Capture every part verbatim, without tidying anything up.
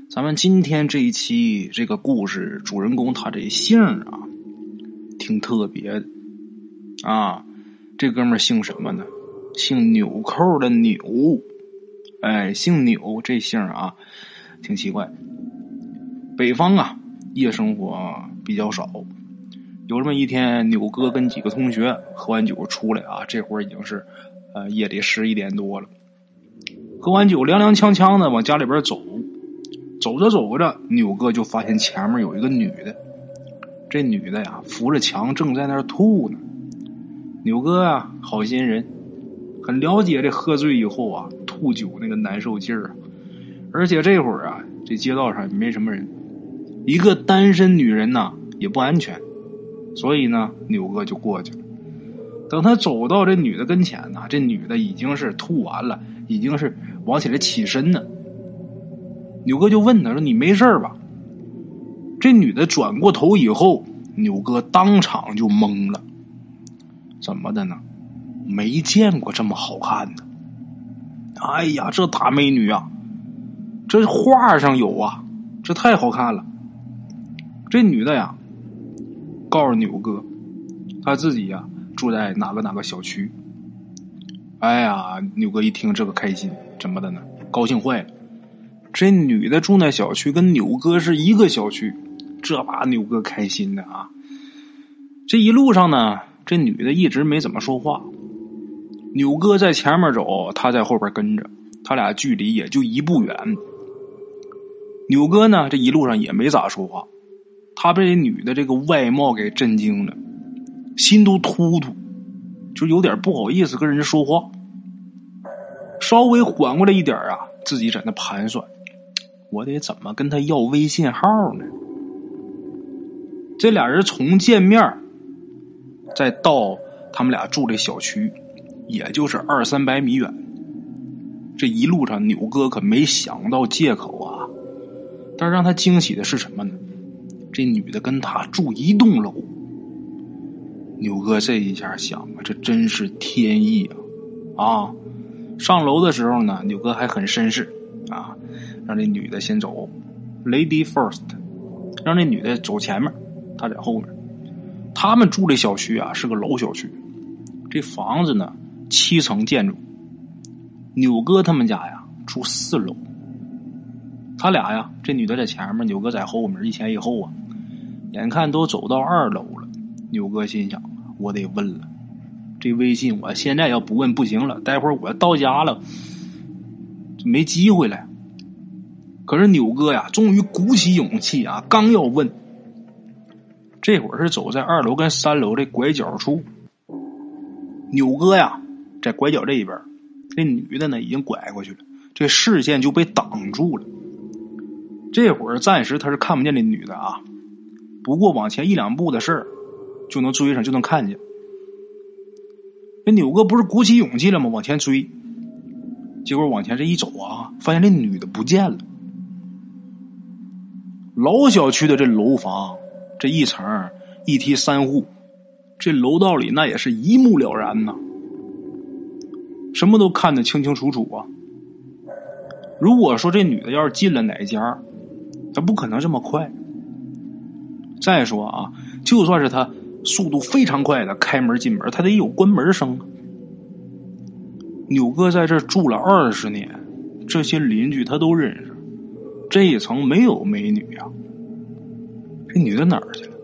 咱们今天这一期这个故事主人公他这姓啊挺特别的啊，这哥们儿姓什么呢？姓纽扣的纽。哎，姓纽这姓啊挺奇怪。北方啊夜生活比较少，有这么一天，纽哥跟几个同学喝完酒出来啊，这会儿已经是呃夜里十一点多了。喝完酒踉踉跄跄的往家里边走，走着走着，纽哥就发现前面有一个女的，这女的呀扶着墙正在那儿吐呢。纽哥啊好心人，很了解这喝醉以后啊吐酒那个难受劲儿啊，而且这会儿啊这街道上也没什么人，一个单身女人呐也不安全，所以呢纽哥就过去了。等他走到这女的跟前呢，这女的已经是吐完了，已经是往起来起身呢。纽哥就问他说：“你没事吧？”这女的转过头以后，纽哥当场就懵了。怎么的呢？没见过这么好看的。哎呀，这大美女啊，这画上有啊，这太好看了。这女的呀，告诉纽哥，她自己呀住在哪个哪个小区。哎呀，纽哥一听这个开心，怎么的呢？高兴坏了。这女的住那小区跟纽哥是一个小区，这把纽哥开心的啊。这一路上呢，这女的一直没怎么说话。纽哥在前面走，她在后边跟着，他俩距离也就一步远。纽哥呢，这一路上也没咋说话，他被这女的这个外貌给震惊了，心都突突，就有点不好意思跟人说话。稍微缓过来一点啊，自己在那盘算，我得怎么跟他要微信号呢？这俩人从见面再到他们俩住这小区，也就是二三百米远。这一路上纽哥可没想到借口啊，但是让他惊喜的是什么呢？这女的跟他住一栋楼。纽哥这一下想啊，这真是天意啊！啊，上楼的时候呢，纽哥还很绅士啊，让这女的先走 ，lady first， 让这女的走前面，他在后面。他们住这小区啊是个老小区，这房子呢七层建筑。纽哥他们家呀住四楼，他俩呀，这女的在前面，纽哥在后面，一前一后啊。眼看都走到二楼了，纽哥心想，我得问了，这微信我现在要不问不行了，待会儿我到家了就没机会了。可是纽哥呀终于鼓起勇气啊，刚要问，这会儿是走在二楼跟三楼这拐角处。纽哥呀在拐角这一边，这女的呢已经拐过去了，这视线就被挡住了。这会儿暂时他是看不见这女的啊，不过往前一两步的事儿就能追上，就能看见。这纽哥不是鼓起勇气了吗？往前追，结果往前这一走啊，发现这女的不见了。老小区的这楼房，这一层一梯三户，这楼道里那也是一目了然呐，什么都看得清清楚楚啊。如果说这女的要是进了哪家，她不可能这么快。再说啊，就算是她速度非常快的开门进门，她得有关门声啊。纽哥在这住了二十年，这些邻居他都认识，这一层没有美女啊，这女的哪儿去了？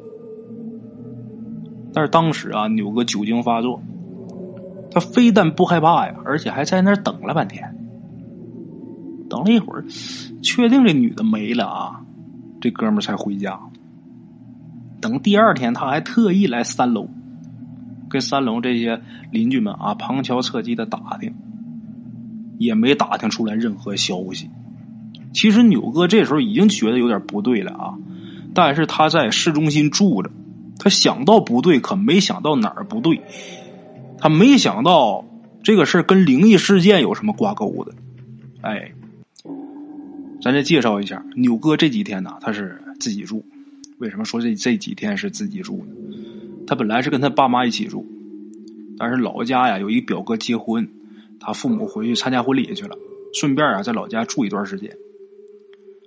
但是当时啊，纽哥酒精发作，他非但不害怕呀，而且还在那儿等了半天。等了一会儿，确定这女的没了啊，这哥们儿才回家。等第二天，他还特意来三楼，跟三楼这些邻居们啊旁敲侧击的打听，也没打听出来任何消息。其实纽哥这时候已经觉得有点不对了啊，但是他在市中心住着，他想到不对，可没想到哪儿不对。他没想到这个事儿跟灵异事件有什么挂钩的。哎，咱再介绍一下，纽哥这几天呢，他是自己住。为什么说这这几天是自己住呢？他本来是跟他爸妈一起住，但是老家呀有一表哥结婚，他父母回去参加婚礼去了，顺便啊在老家住一段时间。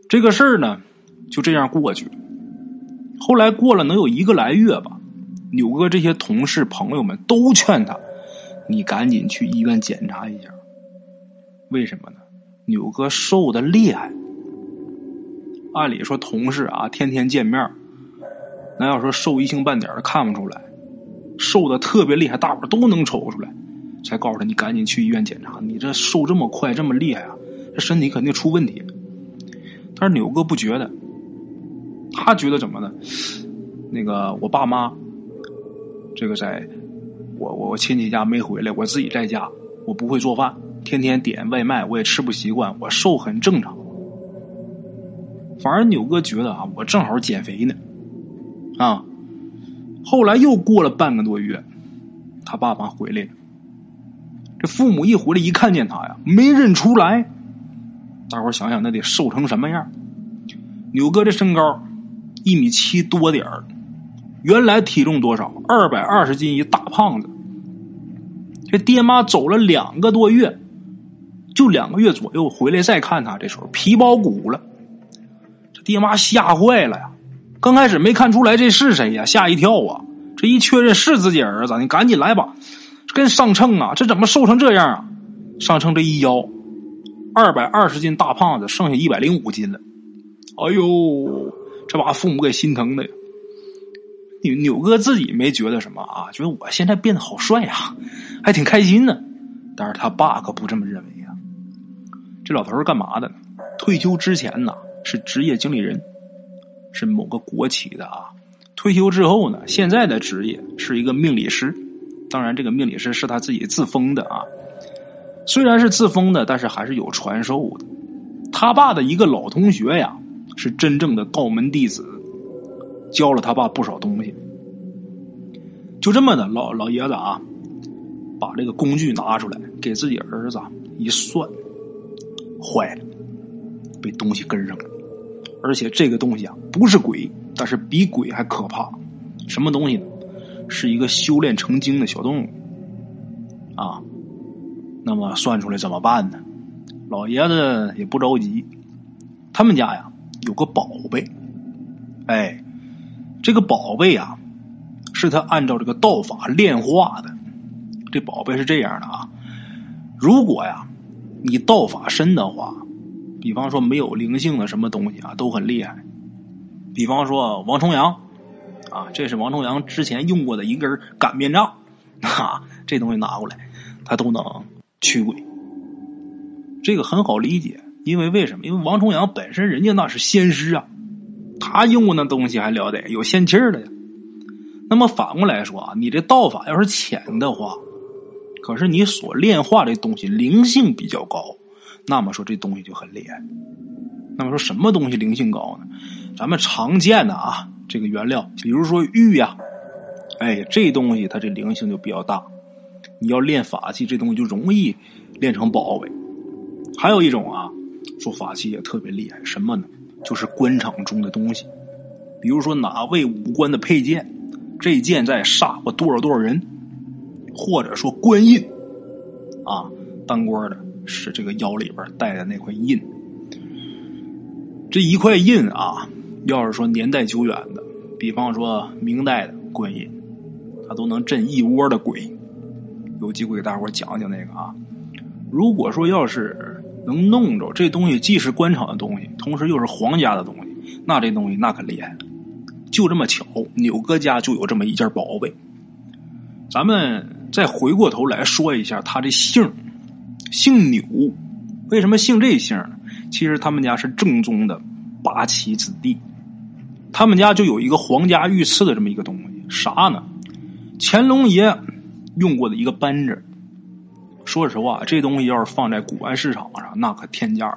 这个事儿呢就这样过去了。后来过了能有一个来月吧，扭哥这些同事朋友们都劝他，你赶紧去医院检查一下。为什么呢？扭哥瘦的厉害，按理说同事啊天天见面，那要说瘦一星半点看不出来，瘦的特别厉害，大伙都能瞅出来，才告诉他你赶紧去医院检查，你这瘦这么快这么厉害啊，这身体肯定出问题。但是扭哥不觉得，他觉得怎么呢？那个我爸妈这个在我我亲戚家没回来，我自己在家，我不会做饭，天天点外卖我也吃不习惯，我瘦很正常。反而扭哥觉得啊，我正好减肥呢啊。后来又过了半个多月，他爸妈回来了，这父母一回来一看见他呀，没认出来。大伙想想那得瘦成什么样。扭哥这身高一米七多点儿，原来体重多少？二百二十斤，一大胖子。这爹妈走了两个多月，就两个月左右回来再看他，这时候皮包骨了。这爹妈吓坏了呀！刚开始没看出来这是谁呀，吓一跳啊！这一确认是自己儿子，你赶紧来吧，跟上秤啊！这怎么瘦成这样啊？上秤这一腰，二百二十斤大胖子剩下一百零五斤了。哎呦，这把父母给心疼的呀！扭扭哥自己没觉得什么啊，觉得我现在变得好帅啊，还挺开心呢。但是他爸可不这么认为啊。这老头是干嘛的呢？退休之前呢是职业经理人，是某个国企的啊。退休之后呢，现在的职业是一个命理师。当然这个命理师是他自己自封的啊。虽然是自封的，但是还是有传授的。他爸的一个老同学呀，是真正的道门弟子，教了他爸不少东西。就这么的，老老爷子啊，把这个工具拿出来给自己儿子一算，坏了，被东西跟上了。而且这个东西啊不是鬼，但是比鬼还可怕。什么东西呢？是一个修炼成精的小动物啊。那么算出来怎么办呢？老爷子也不着急，他们家呀有个宝贝，哎，这个宝贝啊是他按照这个道法炼化的。这宝贝是这样的啊，如果呀你道法深的话，比方说没有灵性的什么东西啊都很厉害。比方说王重阳啊，这是王重阳之前用过的一根擀面杖啊，这东西拿过来他都能驱鬼。这个很好理解，因为为什么？因为王重阳本身人家那是仙师啊，他用过那东西还了得，有仙气儿的呀。那么反过来说啊，你这道法要是浅的话，可是你所炼化这东西灵性比较高，那么说这东西就很厉害。那么说什么东西灵性高呢？咱们常见的啊这个原料，比如说玉呀、啊，哎，这东西它这灵性就比较大，你要练法器这东西就容易练成宝贝。还有一种啊说法器也特别厉害，什么呢？就是官场中的东西，比如说哪位武官的佩剑，这剑在杀过多少多少人，或者说官印啊，当官的是这个腰里边带的那块印。这一块印啊，要是说年代久远的，比方说明代的官印，它都能镇一窝的鬼。有机会给大伙讲讲那个啊。如果说要是能弄着这东西，既是官场的东西，同时又是皇家的东西，那这东西那可厉害。就这么巧，扭哥家就有这么一件宝贝。咱们再回过头来说一下他这姓，姓钮。为什么姓这姓呢？其实他们家是正宗的八旗子弟，他们家就有一个皇家御赐的这么一个东西，啥呢？乾隆爷用过的一个扳指。说实话，这东西要是放在古玩市场上，那可天价了。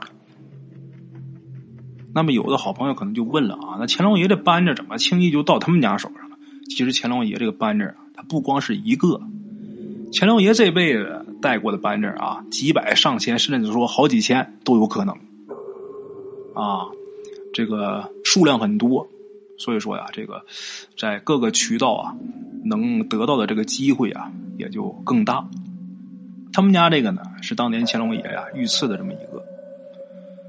那么有的好朋友可能就问了啊，那乾隆爷这扳指怎么轻易就到他们家手上了？其实乾隆爷这个扳指啊，它不光是一个，乾隆爷这辈子戴过的扳指啊，几百上千，甚至说好几千都有可能啊，这个数量很多。所以说呀，这个在各个渠道啊能得到的这个机会啊也就更大。他们家这个呢是当年乾隆爷呀御赐的这么一个。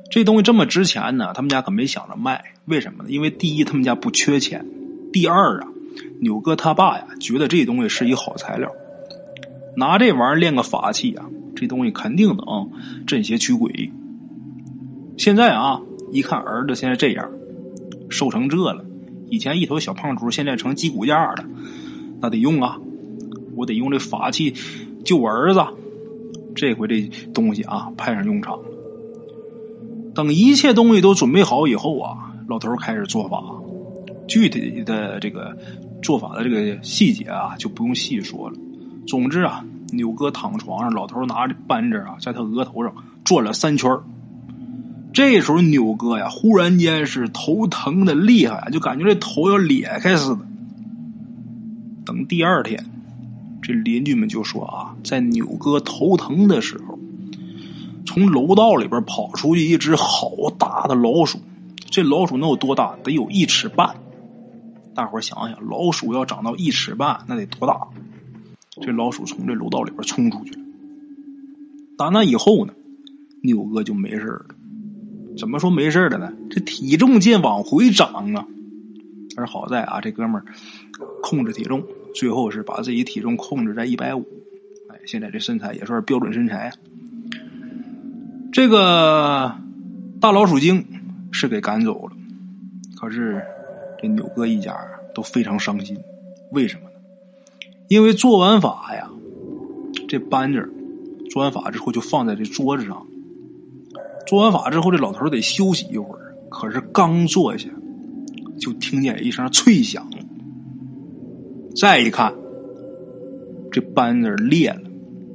这东西这么值钱呢，他们家可没想着卖。为什么呢？因为第一他们家不缺钱，第二啊，扭哥他爸呀觉得这东西是一好材料，拿这玩意儿练个法器啊，这东西肯定能镇邪驱鬼。现在啊，一看儿子现在这样，瘦成这了，以前一头小胖猪，现在成鸡骨架了，那得用啊，我得用这法器救我儿子。这回这东西啊派上用场了。等一切东西都准备好以后啊，老头开始做法。具体的这个做法的这个细节啊就不用细说了。总之啊，扭哥躺床上，老头拿着扳指啊在他额头上转了三圈。这时候扭哥呀忽然间是头疼的厉害，就感觉这头要裂开似的。等第二天，这邻居们就说啊，在扭哥头疼的时候，从楼道里边跑出去一只好大的老鼠。这老鼠能有多大？得有一尺半。大伙儿想想，老鼠要长到一尺半那得多大？这老鼠从这楼道里边冲出去了。打那以后呢，扭哥就没事了。怎么说没事了呢？这体重渐往回涨啊。而好在啊，这哥们儿控制体重，最后是把自己体重控制在一百五。哎，现在这身材也算是标准身材啊。这个大老鼠精是给赶走了，可是这扭哥一家都非常伤心。为什么呢？因为做完法呀，这扳指做完法之后就放在这桌子上，做完法之后这老头得休息一会儿，可是刚坐下就听见一声脆响，再一看这扳指裂了，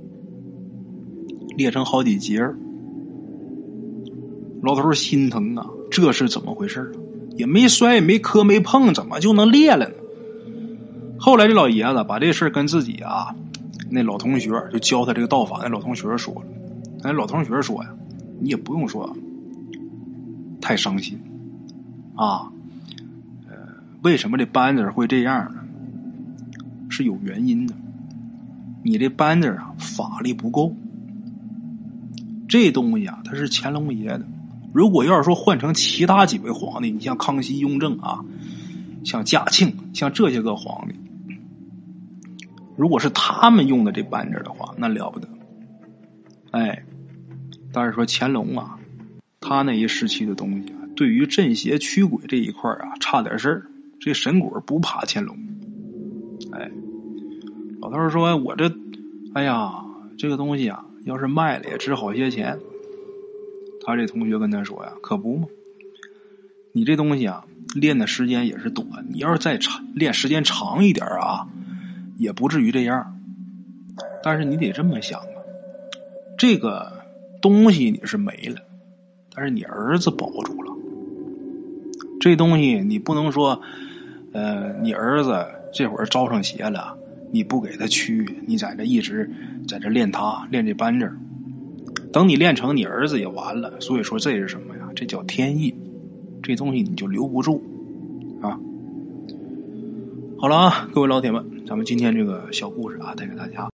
裂成好几节。老头心疼啊，这是怎么回事啊？也没摔也没磕没碰，怎么就能裂了呢？后来这老爷子把这事跟自己啊那老同学，就教他这个道法那老同学说了。那老同学说呀，你也不用说太伤心啊，呃，为什么这扳指会这样呢？是有原因的。你这扳指啊法力不够，这东西啊它是乾隆爷的。如果要是说换成其他几位皇帝，你像康熙、雍正啊，像嘉庆，像这些个皇帝，如果是他们用的这扳指的话，那了不得。哎，但是说乾隆啊，他那一时期的东西啊，对于镇邪驱鬼这一块啊，差点事儿。这神鬼不怕乾隆。哎，老头说，我这，哎呀，这个东西啊，要是卖了也值好些钱。他这同学跟他说呀，可不嘛，你这东西啊练的时间也是短，你要是再长练时间长一点啊，也不至于这样。但是你得这么想啊，这个东西你是没了，但是你儿子保住了。这东西你不能说呃，你儿子这会儿招上邪了，你不给他驱，你在这一直在这练他练这扳指，等你练成你儿子也完了。所以说这是什么呀？这叫天意，这东西你就留不住啊。好了啊，各位老铁们，咱们今天这个小故事啊带给大家